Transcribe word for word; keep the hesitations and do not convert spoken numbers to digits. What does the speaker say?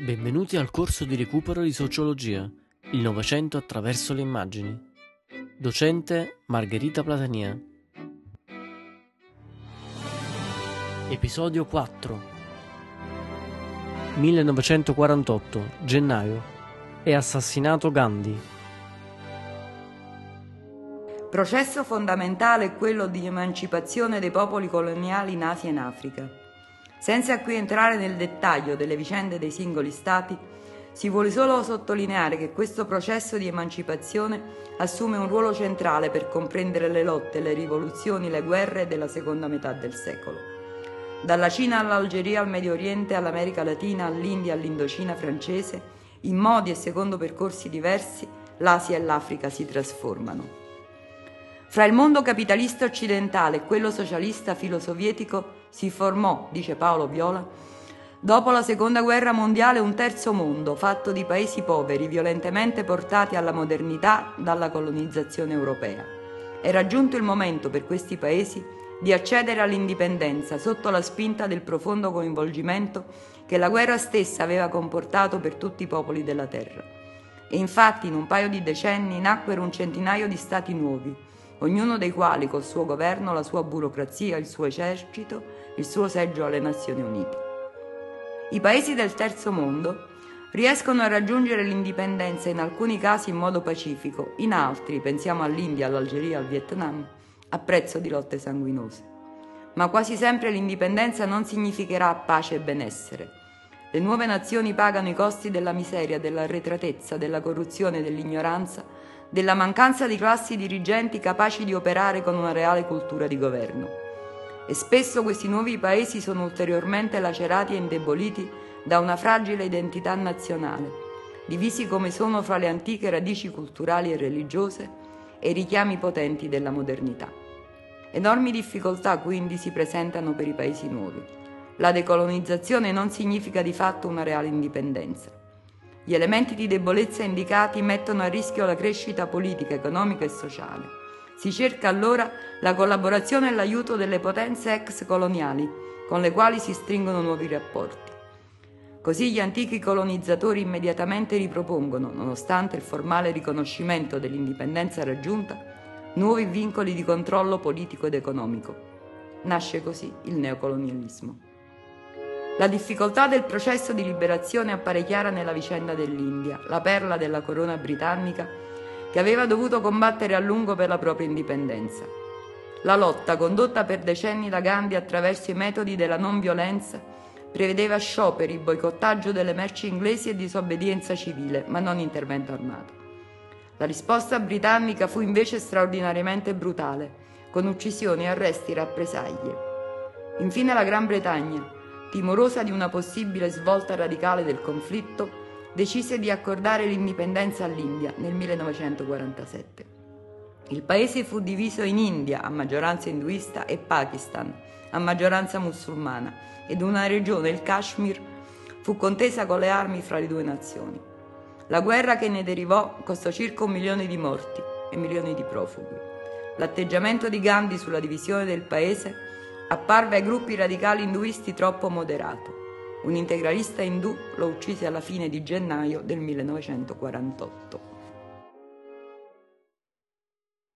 Benvenuti al corso di recupero di sociologia, il Novecento attraverso le immagini. Docente Margherita Platania. Episodio quattro. millenovecentoquarantotto, gennaio. È assassinato Gandhi. Processo fondamentale è quello di emancipazione dei popoli coloniali in Asia e in Africa. Senza qui entrare nel dettaglio delle vicende dei singoli stati, si vuole solo sottolineare che questo processo di emancipazione assume un ruolo centrale per comprendere le lotte, le rivoluzioni, le guerre della seconda metà del secolo. Dalla Cina all'Algeria, al Medio Oriente, all'America Latina, all'India, all'Indocina francese, in modi e secondo percorsi diversi, l'Asia e l'Africa si trasformano. Fra il mondo capitalista occidentale e quello socialista filosovietico si formò, dice Paolo Viola, dopo la seconda guerra mondiale un terzo mondo fatto di paesi poveri violentemente portati alla modernità dalla colonizzazione europea. Era giunto il momento per questi paesi di accedere all'indipendenza sotto la spinta del profondo coinvolgimento che la guerra stessa aveva comportato per tutti i popoli della terra. E infatti in un paio di decenni nacquero un centinaio di stati nuovi, ognuno dei quali col suo governo, la sua burocrazia, il suo esercito, il suo seggio alle Nazioni Unite. I paesi del terzo mondo riescono a raggiungere l'indipendenza in alcuni casi in modo pacifico, in altri, pensiamo all'India, all'Algeria, al Vietnam, a prezzo di lotte sanguinose. Ma quasi sempre l'indipendenza non significherà pace e benessere. Le nuove nazioni pagano i costi della miseria, dell'arretratezza, della corruzione e dell'ignoranza, della mancanza di classi dirigenti capaci di operare con una reale cultura di governo. E spesso questi nuovi paesi sono ulteriormente lacerati e indeboliti da una fragile identità nazionale, divisi come sono fra le antiche radici culturali e religiose e i richiami potenti della modernità. Enormi difficoltà quindi si presentano per i paesi nuovi. La decolonizzazione non significa di fatto una reale indipendenza. Gli elementi di debolezza indicati mettono a rischio la crescita politica, economica e sociale. Si cerca allora la collaborazione e l'aiuto delle potenze ex coloniali, con le quali si stringono nuovi rapporti. Così gli antichi colonizzatori immediatamente ripropongono, nonostante il formale riconoscimento dell'indipendenza raggiunta, nuovi vincoli di controllo politico ed economico. Nasce così il neocolonialismo. La difficoltà del processo di liberazione appare chiara nella vicenda dell'India, la perla della corona britannica che aveva dovuto combattere a lungo per la propria indipendenza. La lotta, condotta per decenni da Gandhi attraverso i metodi della non violenza, prevedeva scioperi, boicottaggio delle merci inglesi e disobbedienza civile, ma non intervento armato. La risposta britannica fu invece straordinariamente brutale, con uccisioni, arresti, rappresaglie. Infine la Gran Bretagna, timorosa di una possibile svolta radicale del conflitto, decise di accordare l'indipendenza all'India nel millenovecentoquarantasette. Il paese fu diviso in India, a maggioranza induista, e Pakistan, a maggioranza musulmana, ed una regione, il Kashmir, fu contesa con le armi fra le due nazioni. La guerra che ne derivò costò circa un milione di morti e milioni di profughi. L'atteggiamento di Gandhi sulla divisione del paese apparve ai gruppi radicali induisti troppo moderato. Un integralista indù lo uccise alla fine di gennaio del millenovecentoquarantotto.